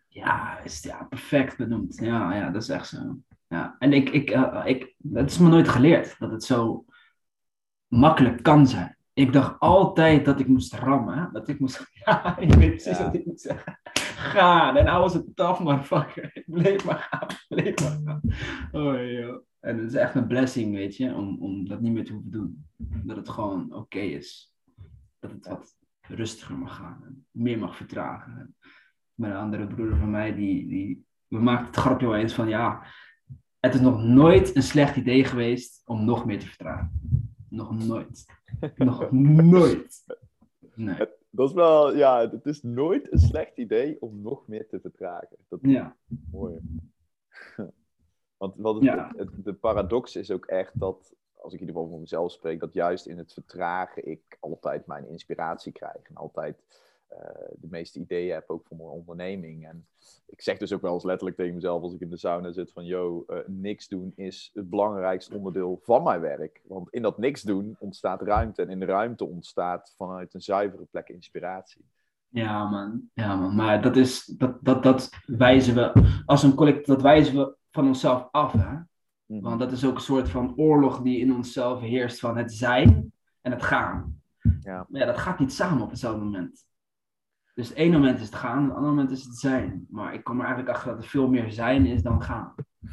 Ja, is, ja, perfect benoemd. Ja, ja, dat is echt zo. Ja. En ik, ik, uh, ik, het is me nooit geleerd dat het zo makkelijk kan zijn. Ik dacht altijd dat ik moest rammen. Dat ik moest... Ja, ik weet precies ja. wat ik moet zeggen. Ga, en I was a tough motherfucker. Ik bleef maar gaan, bleef maar gaan. Oh, joh. En het is echt een blessing, weet je, om, om dat niet meer te hoeven doen. Dat het gewoon oké okay is. Dat het wat rustiger mag gaan. En meer mag vertragen. Met een andere broer van mij, die, die we maakten het grapje wel eens van, ja, het is nog nooit een slecht idee geweest om nog meer te vertragen. Nog nooit. Nog nooit. Nee. Dat is wel, ja, het is nooit een slecht idee om nog meer te vertragen. Dat is ja. mooi. Want wat het, ja. het, de paradox is ook echt dat, als ik in ieder geval voor mezelf spreek, dat juist in het vertragen ik altijd mijn inspiratie krijg. En altijd uh, de meeste ideeën heb ook voor mijn onderneming. En ik zeg dus ook wel eens letterlijk tegen mezelf als ik in de sauna zit van, yo, uh, niks doen is het belangrijkste onderdeel van mijn werk. Want in dat niks doen ontstaat ruimte. En in de ruimte ontstaat vanuit een zuivere plek inspiratie. Ja, man. Ja, man. Maar dat is, dat, dat, dat wijzen we, als een collectief, dat wijzen we van onszelf af, hè. Mm-hmm. Want dat is ook een soort van oorlog die in onszelf heerst van het zijn en het gaan. Ja. Maar ja, dat gaat niet samen op hetzelfde moment. Dus het ene moment is het gaan, het andere moment is het zijn. Maar ik kom er eigenlijk achter dat er veel meer zijn is dan gaan.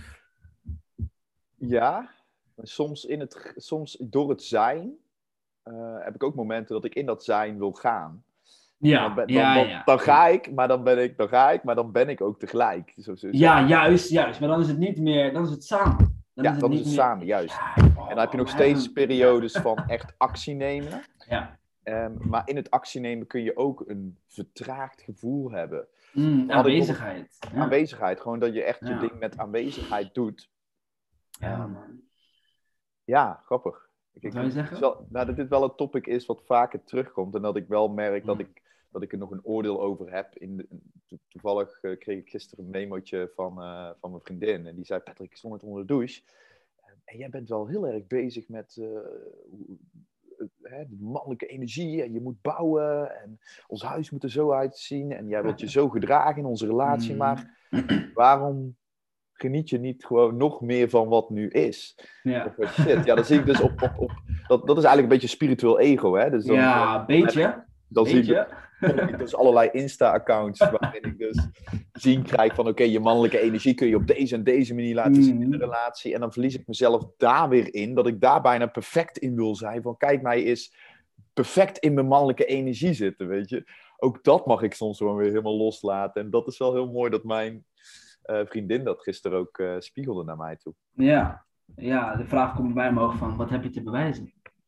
Ja, maar soms, in het, soms door het zijn uh, heb ik ook momenten dat ik in dat zijn wil gaan. Ja, dan, ben, dan, ja, dan, ja. dan ga ik, maar dan ben ik, dan ga ik, maar dan ben ik ook tegelijk. Zo, zo, ja, zo. juist, juist. Maar dan is het niet meer, dan is het samen. Dan ja, is het dan niet is het meer... samen, juist. Ja, oh, en dan heb je nog steeds periodes van echt actie nemen. Ja. Um, maar in het actie nemen kun je ook een vertraagd gevoel hebben. Mm, aanwezigheid. Ja. Aanwezigheid, gewoon dat je echt ja. je ding met aanwezigheid doet. Ja, man. Ja, grappig. Wat wil je zeggen? Wel, nou, dat dit wel een topic is wat vaker terugkomt. En dat ik wel merk mm. dat ik dat ik er nog een oordeel over heb. In de, to- toevallig uh, kreeg ik gisteren een memootje van, uh, van mijn vriendin. En die zei, Patrick, ik stond net onder de douche. En jij bent wel heel erg bezig met uh, hè, de mannelijke energie. En je moet bouwen. En ons huis moet er zo uitzien. En jij wilt je zo gedragen in onze relatie. Mm. Maar waarom geniet je niet gewoon nog meer van wat nu is? Ja. Of wat shit. Ja, dan zie ik dus op... op, op dat, dat is eigenlijk een beetje spiritueel ego, hè? Dus dan, Ja, een beetje. Dan zie beetje. ik, dan ik dus allerlei Insta-accounts waarin ik dus zien krijg van oké, okay, je mannelijke energie kun je op deze en deze manier laten zien in de relatie. En dan verlies ik mezelf daar weer in, dat ik daar bijna perfect in wil zijn. Van kijk, mij is perfect in mijn mannelijke energie zitten, weet je. Ook dat mag ik soms gewoon weer helemaal loslaten. En dat is wel heel mooi dat mijn uh, vriendin dat gisteren ook uh, spiegelde naar mij toe. Ja. ja, de vraag komt bij me omhoog van, wat heb je te bewijzen?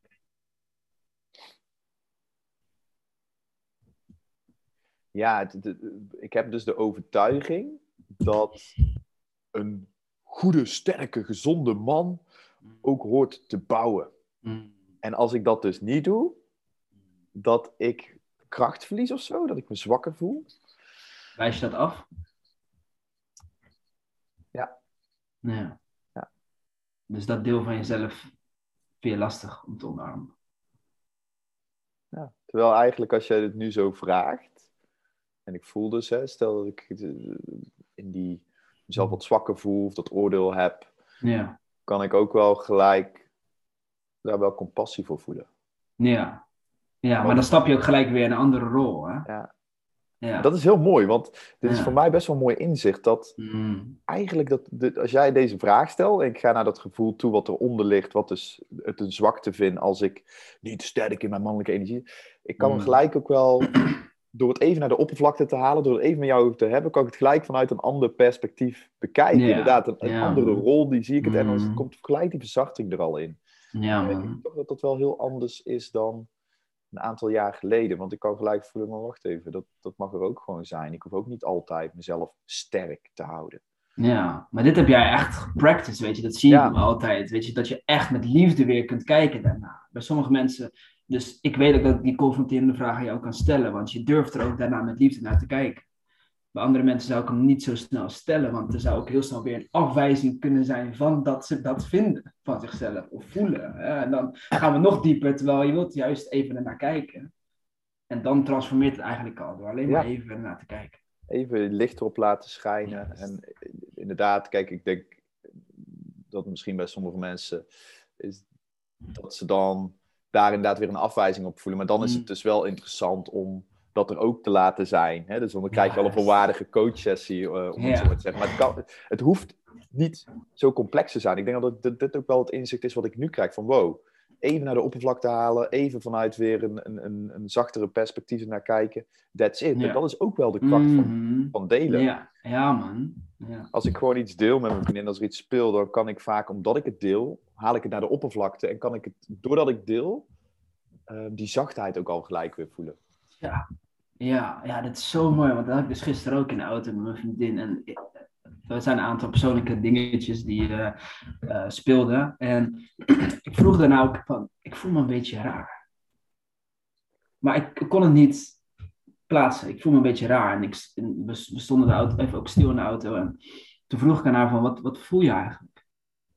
Ja, het, het, ik heb dus de overtuiging dat een goede, sterke, gezonde man ook hoort te bouwen. Mm. En als ik dat dus niet doe, dat ik kracht verlies of zo, dat ik me zwakker voel. Wijs je dat af? Ja. Ja. ja. Dus dat deel van jezelf vind je lastig om te omarmen. Ja. Terwijl eigenlijk als jij het nu zo vraagt, en ik voel dus, hè, stel dat ik in die mezelf wat zwakker voel of dat oordeel heb, ja. kan ik ook wel gelijk daar wel compassie voor voelen. Ja, ja, maar dan stap je ook gelijk weer in een andere rol. Hè? Ja. Ja. Dat is heel mooi, want dit ja. is voor mij best wel een mooi inzicht. Dat mm. eigenlijk, dat, de, als jij deze vraag stelt en ik ga naar dat gevoel toe wat eronder ligt, wat dus het een zwakte vind als ik niet sterk in mijn mannelijke energie. Ik kan mm. gelijk ook wel, door het even naar de oppervlakte te halen, door het even met jou te hebben, kan ik het gelijk vanuit een ander perspectief bekijken. Ja. Inderdaad, een, een ja, andere man. rol, die zie ik het mm. en dan komt gelijk die verzachting er al in. Ja, man. Ik denk toch dat dat wel heel anders is dan een aantal jaar geleden. Want ik kan gelijk voelen, maar wacht even, dat, dat mag er ook gewoon zijn. Ik hoef ook niet altijd mezelf sterk te houden. Ja, maar dit heb jij echt gepracticed, weet je. Dat zie Ja. ik altijd, weet je. Dat je echt met liefde weer kunt kijken daarna. Bij sommige mensen, dus ik weet ook dat ik die confronterende vragen jou kan stellen. Want je durft er ook daarna met liefde naar te kijken. Bij andere mensen zou ik hem niet zo snel stellen, want er zou ook heel snel weer een afwijzing kunnen zijn van dat ze dat vinden van zichzelf of voelen. Hè? En dan gaan we nog dieper, terwijl je wilt juist even ernaar kijken. En dan transformeert het eigenlijk al door alleen maar ja. even ernaar te kijken. Even licht erop laten schijnen. Yes. En inderdaad, kijk, ik denk dat misschien bij sommige mensen is dat ze dan daar inderdaad weer een afwijzing op voelen. Maar dan is het dus wel interessant om dat er ook te laten zijn. Hè? Dus dan krijg je wel een volwaardige coachsessie, uh, om ja. het zo maar te zeggen. Maar het, kan, het hoeft niet zo complex te zijn. Ik denk dat dit, dit ook wel het inzicht is wat ik nu krijg. Van wow, even naar de oppervlakte halen. Even vanuit weer een, een, een, een zachtere perspectief naar kijken. That's it. Ja. En dat is ook wel de kracht mm-hmm. van, van delen. Ja, ja man. Ja. Als ik gewoon iets deel met mijn vriendin, als er iets speel, dan kan ik vaak, omdat ik het deel, haal ik het naar de oppervlakte. En kan ik het, doordat ik deel, uh, die zachtheid ook al gelijk weer voelen. Ja. Ja, ja, dat is zo mooi, want dat had ik dus gisteren ook in de auto met mijn vriendin. En er zijn een aantal persoonlijke dingetjes die uh, uh, speelden. En ik vroeg daarna ook van, ik voel me een beetje raar. Maar ik, ik kon het niet plaatsen. Ik voel me een beetje raar. En ik, en we stonden de auto, even ook stil in de auto. En toen vroeg ik aan haar van, wat, wat voel je eigenlijk?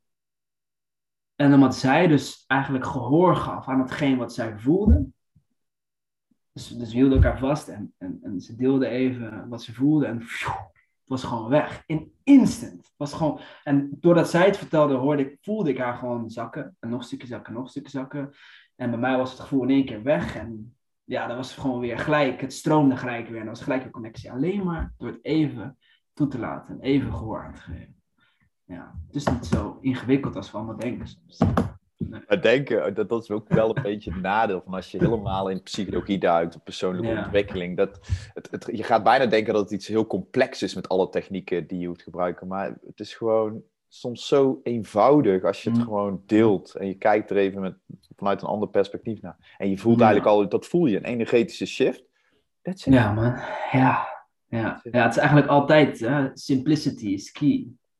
En omdat zij dus eigenlijk gehoor gaf aan hetgeen wat zij voelde. Dus, dus we hielden elkaar vast en, en, en ze deelde even wat ze voelde en pjoe, het was gewoon weg. In instant. Het was gewoon, en doordat zij het vertelde, hoorde ik, voelde ik haar gewoon zakken. En nog een stukje zakken, nog een stukje zakken. En bij mij was het gevoel in één keer weg. En ja, dat was gewoon weer gelijk. Het stroomde gelijk weer. En dat was gelijk een connectie. Alleen maar door het even toe te laten. En even gehoor aan te geven. Ja, het is niet zo ingewikkeld als we allemaal denken soms. Nee. Maar denken, dat, dat is ook wel een beetje het nadeel van als je helemaal in psychologie duikt, op persoonlijke ja. ontwikkeling. Dat, het, het, je gaat bijna denken dat het iets heel complex is met alle technieken die je moet gebruiken. Maar het is gewoon soms zo eenvoudig als je het mm. gewoon deelt. En je kijkt er even met, vanuit een ander perspectief naar. En je voelt ja. eigenlijk al, dat voel je, een energetische shift. That's it. Ja man, ja. Ja. ja, het is eigenlijk altijd, uh, simplicity is key.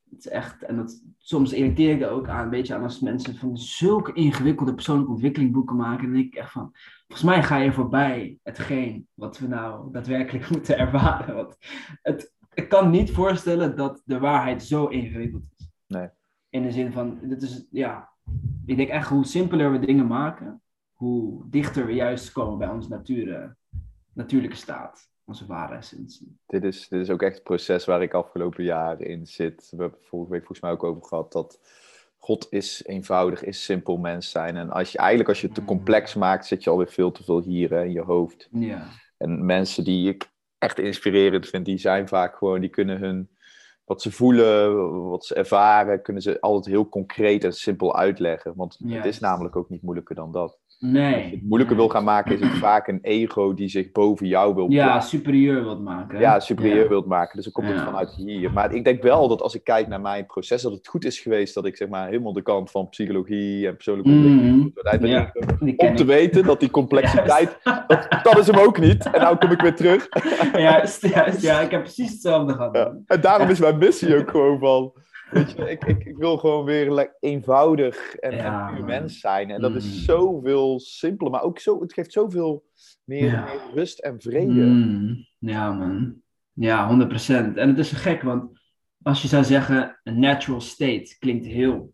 Het is echt, en dat, soms irriteer ik er ook aan, een beetje aan als mensen van zulke ingewikkelde persoonlijke ontwikkelingboeken maken. En dan denk ik echt van, volgens mij ga je voorbij hetgeen wat we nou daadwerkelijk moeten ervaren. Want het, ik kan niet voorstellen dat de waarheid zo ingewikkeld is. Nee. In de zin van, dit is, ja, ik denk echt hoe simpeler we dingen maken, hoe dichter we juist komen bij onze natuur, natuurlijke staat. Onze ware essentie. Dit is, dit is ook echt het proces waar ik afgelopen jaren in zit. We hebben het vorige week volgens mij ook over gehad dat God is eenvoudig, is simpel mens zijn. En als je eigenlijk als je het te complex maakt, zit je alweer veel te veel hier hè, in je hoofd. Ja. En mensen die ik echt inspirerend vind, die zijn vaak gewoon, die kunnen hun, wat ze voelen, wat ze ervaren, kunnen ze altijd heel concreet en simpel uitleggen. Want Juist. Het is namelijk ook niet moeilijker dan dat. Nee. Als je het moeilijker nee. wil gaan maken, is het vaak een ego die zich boven jou wil Ja, plaatsen. superieur wilt maken. Hè? Ja, superieur ja. wilt maken. Dus dan komt het Ja. vanuit hier. Maar ik denk wel dat als ik kijk naar mijn proces, dat het goed is geweest dat ik zeg maar helemaal de kant van psychologie en persoonlijke ontwikkeling Mm-hmm. ben Ja, die om ken te ik. weten dat die complexiteit, dat, dat is hem ook niet. En nou kom ik weer terug. Juist, juist. Ja, ik heb precies hetzelfde gehad. Ja. En daarom is mijn missie ook gewoon van, weet je, ik, ik, ik wil gewoon weer le- eenvoudig en, Ja, en puur man. mens zijn. En dat Mm. is zoveel simpeler, maar ook zo, het geeft zoveel meer, Ja. meer rust en vrede. Mm. Ja, man. Ja, honderd procent. En het is gek, want als je zou zeggen, een natural state klinkt heel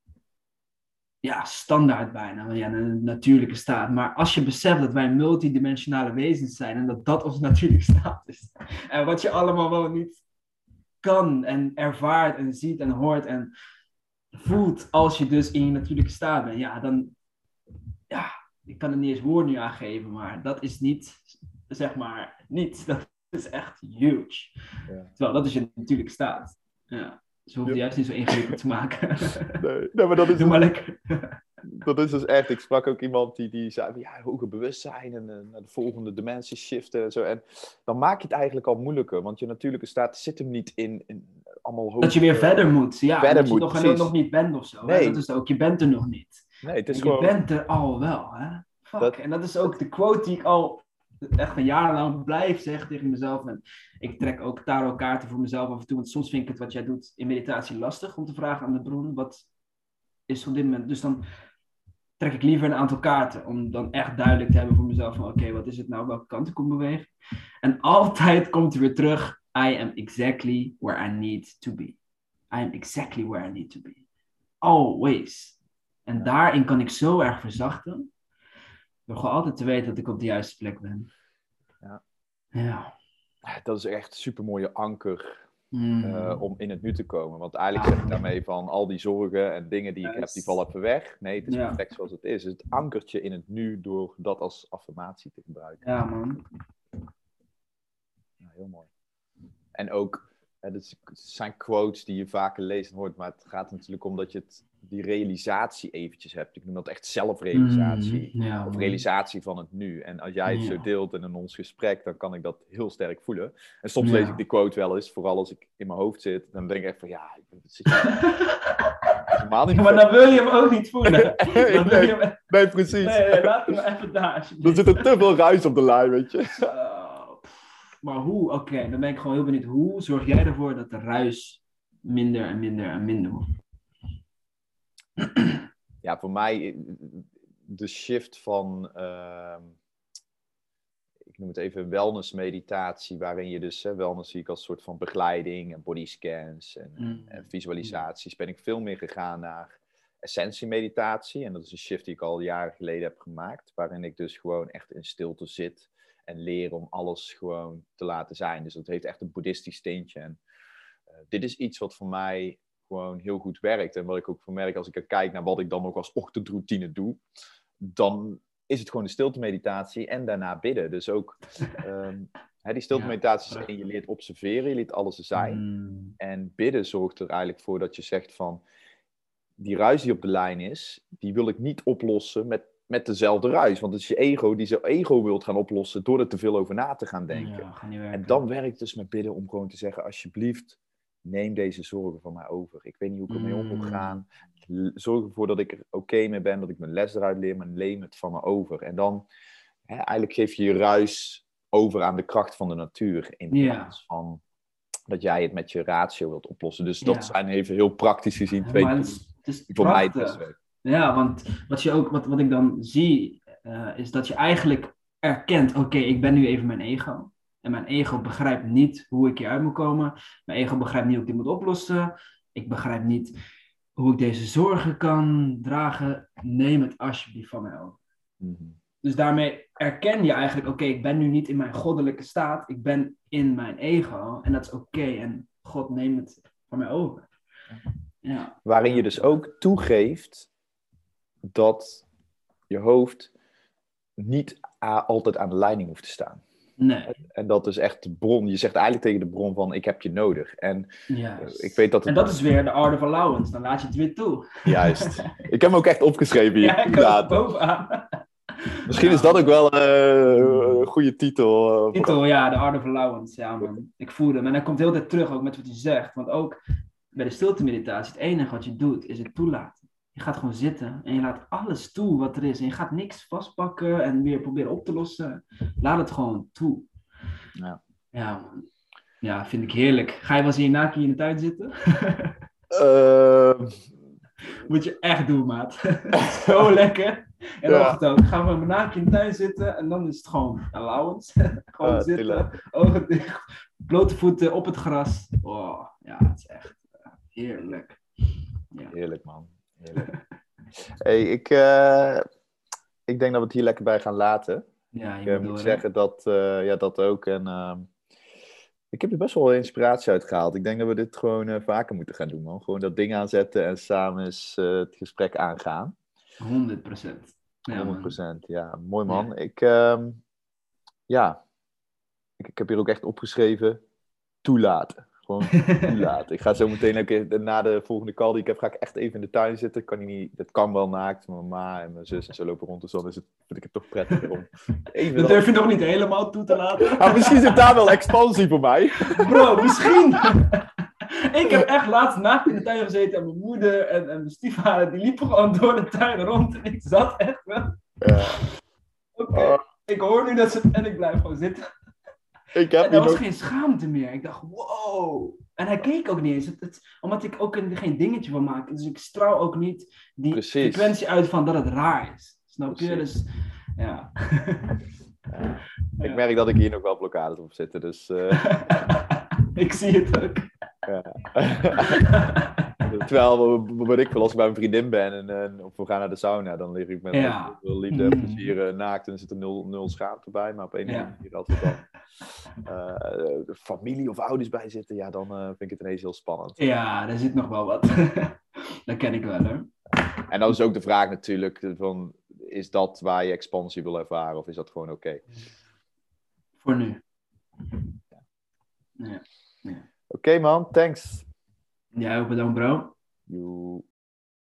ja, standaard bijna. Ja, een natuurlijke staat. Maar als je beseft dat wij multidimensionale wezens zijn en dat dat onze natuurlijke staat is. En wat je allemaal wel niet kan en ervaart en ziet en hoort en voelt als je dus in je natuurlijke staat bent. Ja, dan... Ja, ik kan er niet eens woord nu aan geven, maar dat is niet, zeg maar, niet. Dat is echt huge. Ja. Terwijl dat is je natuurlijke staat. Ja. Dus we hoeven Ja. juist niet zo ingewikkeld te maken. Nee, nee, maar dat is, Doe maar lekker. dat is dus echt. Ik sprak ook iemand die, die zei: ja, hoger bewustzijn en uh, naar de volgende dimensie shiften en zo. En dan maak je het eigenlijk al moeilijker, want je natuurlijke staat zit hem niet in, in allemaal hoog. Dat je weer verder moet. Ja, verder dat je moet, nog, precies. nog niet bent of zo. Nee. Hè? Dat is ook, je bent er nog niet. Nee, het is je gewoon. bent er al wel. Hè? Fuck. Dat- En dat is ook de quote die ik al echt een jaar lang blijf zeggen tegen mezelf. En ik trek ook tarotkaarten voor mezelf af en toe. Want soms vind ik het wat jij doet in meditatie lastig om te vragen aan de bron. Wat is op dit moment... Dus dan trek ik liever een aantal kaarten. Om dan echt duidelijk te hebben voor mezelf van... Oké, okay, wat is het nou? Welke kant ik kom bewegen? En altijd komt er weer terug... I am exactly where I need to be. I am exactly where I need to be. Always. En daarin kan ik zo erg verzachten... Door gewoon altijd te weten dat ik op de juiste plek ben. Ja. Ja. Dat is echt een super mooie anker Mm. uh, om in het nu te komen. Want eigenlijk zeg ik daarmee van al die zorgen en dingen die ik Juist. heb, die vallen even weg. Nee, het is Ja. perfect zoals het is. Het ankertje in het nu door dat als affirmatie te gebruiken. Ja, man. Ja, heel mooi. En ook, hè, dat zijn quotes die je vaker leest en hoort, maar het gaat er natuurlijk om dat je het, die realisatie eventjes hebt. Ik noem dat echt zelfrealisatie. Mm, ja, of man. realisatie van het nu. En als jij het Ja. zo deelt en in ons gesprek, dan kan ik dat heel sterk voelen. En soms Ja. lees ik die quote wel eens, vooral als ik in mijn hoofd zit. Dan denk ik echt van, ja, ik zit helemaal niet. Maar dan wil je hem ook niet voelen. nee, Dan wil je nee, hem... nee, precies. Nee, nee, laat hem even daar. Er alsjeblieft. zit er te veel ruis op de lijn, weet je. Oh, pff. Maar hoe? Oké, okay, dan ben ik gewoon heel benieuwd. Hoe zorg jij ervoor dat de ruis minder en minder en minder wordt? Ja, voor mij de shift van, uh, ik noem het even wellness meditatie, waarin je dus, hè, wellness zie ik als soort van begeleiding en bodyscans en, Mm. en visualisaties, ben ik veel meer gegaan naar essentiemeditatie. En dat is een shift die ik al jaren geleden heb gemaakt, waarin ik dus gewoon echt in stilte zit en leer om alles gewoon te laten zijn. Dus dat heeft echt een boeddhistisch tintje. En uh, dit is iets wat voor mij gewoon heel goed werkt. En wat ik ook voor merk als ik kijk naar wat ik dan ook als ochtendroutine doe, dan is het gewoon de stilte meditatie en daarna bidden. Dus ook um, hè, die stilte meditatie is en je leert observeren, je leert alles zijn. Mm. En bidden zorgt er eigenlijk voor dat je zegt van, die ruis die op de lijn is, die wil ik niet oplossen met, met dezelfde ruis. Want het is je ego die zijn ego wilt gaan oplossen door er te veel over na te gaan denken. Ja, ga niet werken. En dan werkt het dus met bidden om gewoon te zeggen, alsjeblieft, neem deze zorgen van mij over. Ik weet niet hoe ik ermee om moet gaan. Zorg ervoor dat ik er oké okay mee ben, dat ik mijn les eruit leer, maar neem het van me over. En dan, hè, eigenlijk geef je je ruis over aan de kracht van de natuur. In Ja. plaats van dat jij het met je ratio wilt oplossen. Dus dat Ja. zijn even heel praktisch gezien twee Maar het tools is, het is die voor mij het prachtig. beste werken. Ja, want wat, je ook, wat, wat ik dan zie, uh, is dat je eigenlijk erkent, oké, okay, ik ben nu even mijn ego. En mijn ego begrijpt niet hoe ik hieruit moet komen. Mijn ego begrijpt niet hoe ik dit moet oplossen. Ik begrijp niet hoe ik deze zorgen kan dragen. Neem het alsjeblieft van mij over. Mm-hmm. Dus daarmee erken je eigenlijk, oké, okay, ik ben nu niet in mijn goddelijke staat. Ik ben in mijn ego. En dat is oké. Okay, en God neemt het van mij over. Ja. Waarin je dus ook toegeeft dat je hoofd niet a- altijd aan de leiding hoeft te staan. Nee. En dat is echt de bron. Je zegt eigenlijk tegen de bron van, ik heb je nodig. En Juist. ik weet dat het... En dat is weer de art of allowance. Dan laat je het weer toe. Juist. Ik heb hem ook echt opgeschreven hier. Ja, ik heb bovenaan. Misschien ja, is dat ook wel uh, een goede titel. Uh, titel, ja, de art of allowance. Ja, man. Ik voel hem. En hij komt heel de tijd terug ook met wat je zegt. Want ook bij de stilte meditatie, het enige wat je doet, is het toelaten. Je gaat gewoon zitten en je laat alles toe wat er is. En je gaat niks vastpakken en weer proberen op te lossen. Laat het gewoon toe. Ja, ja man. Ja, vind ik heerlijk. Ga je wel eens in je naakje in de tuin zitten? uh... Moet je echt doen, maat. Zo lekker. En de ochtend ook. Gaan we met mijn naakje in de tuin zitten en dan is het gewoon allowance. gewoon uh, zitten, tilla. Ogen dicht, blote voeten op het gras. Oh, ja, het is echt uh, heerlijk. Ja. Heerlijk, man. Heerlijk. Hey, ik, uh, ik denk dat we het hier lekker bij gaan laten. Ja, je ik uh, moet moet door, zeggen dat, uh, ja, dat ook. En, uh, ik heb er best wel inspiratie uit gehaald. Ik denk dat we dit gewoon uh, vaker moeten gaan doen, man. Gewoon dat ding aanzetten en samen eens uh, het gesprek aangaan. honderd procent. Ja, honderd procent, ja. Mooi, man. Ja. Ik, uh, ja. Ik, ik heb hier ook echt opgeschreven, toelaten. Gewoon toelaten. Ik ga zo meteen ook na de volgende call die ik heb, ga ik echt even in de tuin zitten. Kan niet, dat kan wel naakt. Mijn ma en mijn zus en zo lopen rond. Dus dan is het, vind ik het toch prettiger om even... Dat durf je nog niet helemaal toe te laten. Ah, misschien zit daar wel expansie voor mij. Bro, misschien. Ik heb echt laatst naakt in de tuin gezeten en mijn moeder en, en mijn stiefvader die liepen gewoon door de tuin rond en ik zat echt wel. Ja. Oké, okay. oh. Ik hoor nu dat ze... En ik blijf gewoon zitten. Ik heb en er was nog... geen schaamte meer. Ik dacht, wow. En hij keek ook niet eens. Het, het, omdat ik ook er geen dingetje van maak. Dus ik straal ook niet die Precies. frequentie uit van dat het raar is. Snap Precies. je? Dus, ja. ja. Ik merk dat ik hier nog wel blokkades op zitten. Dus, uh... ik zie het ook. Ja. Terwijl, wat ik veel, als ik bij een vriendin ben en, en of we gaan naar de sauna, dan lig ik met ja. veel liefde en plezier uh, naakt en er zit er nul, nul schaamte bij. Maar op een of andere ja. manier, als er dan uh, de familie of ouders bij zitten, ja, dan uh, vind ik het ineens heel spannend. Ja, daar zit nog wel wat. Dat ken ik wel, hè. En dan is ook de vraag natuurlijk, van, is dat waar je expansie wil ervaren of is dat gewoon oké? Okay? Voor nu. Ja. Ja. Ja. Oké, okay, man, thanks. Ja, ook bedankt, bro. You.